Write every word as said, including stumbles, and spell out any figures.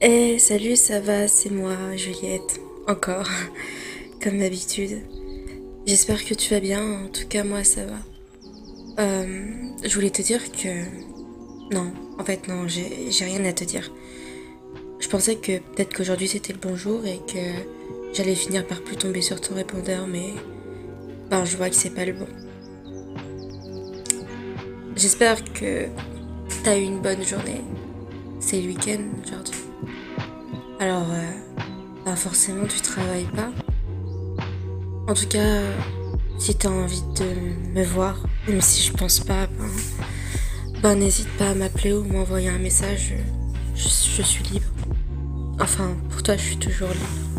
Eh, salut, ça va, c'est moi, Juliette. Encore, comme d'habitude. J'espère que tu vas bien, en tout cas moi ça va. Euh, je voulais te dire que... Non, en fait non, j'ai j'ai rien à te dire. Je pensais que peut-être qu'aujourd'hui c'était le bon jour et que j'allais finir par plus tomber sur ton répondeur, mais... Ben je vois que c'est pas le bon. J'espère que t'as eu une bonne journée. C'est le week-end aujourd'hui. Alors, euh, ben forcément tu travailles pas. En tout cas, si t'as envie de me voir, même si je pense pas, ben, ben n'hésite pas à m'appeler ou m'envoyer un message. Je, je suis libre. Enfin, pour toi, je suis toujours libre.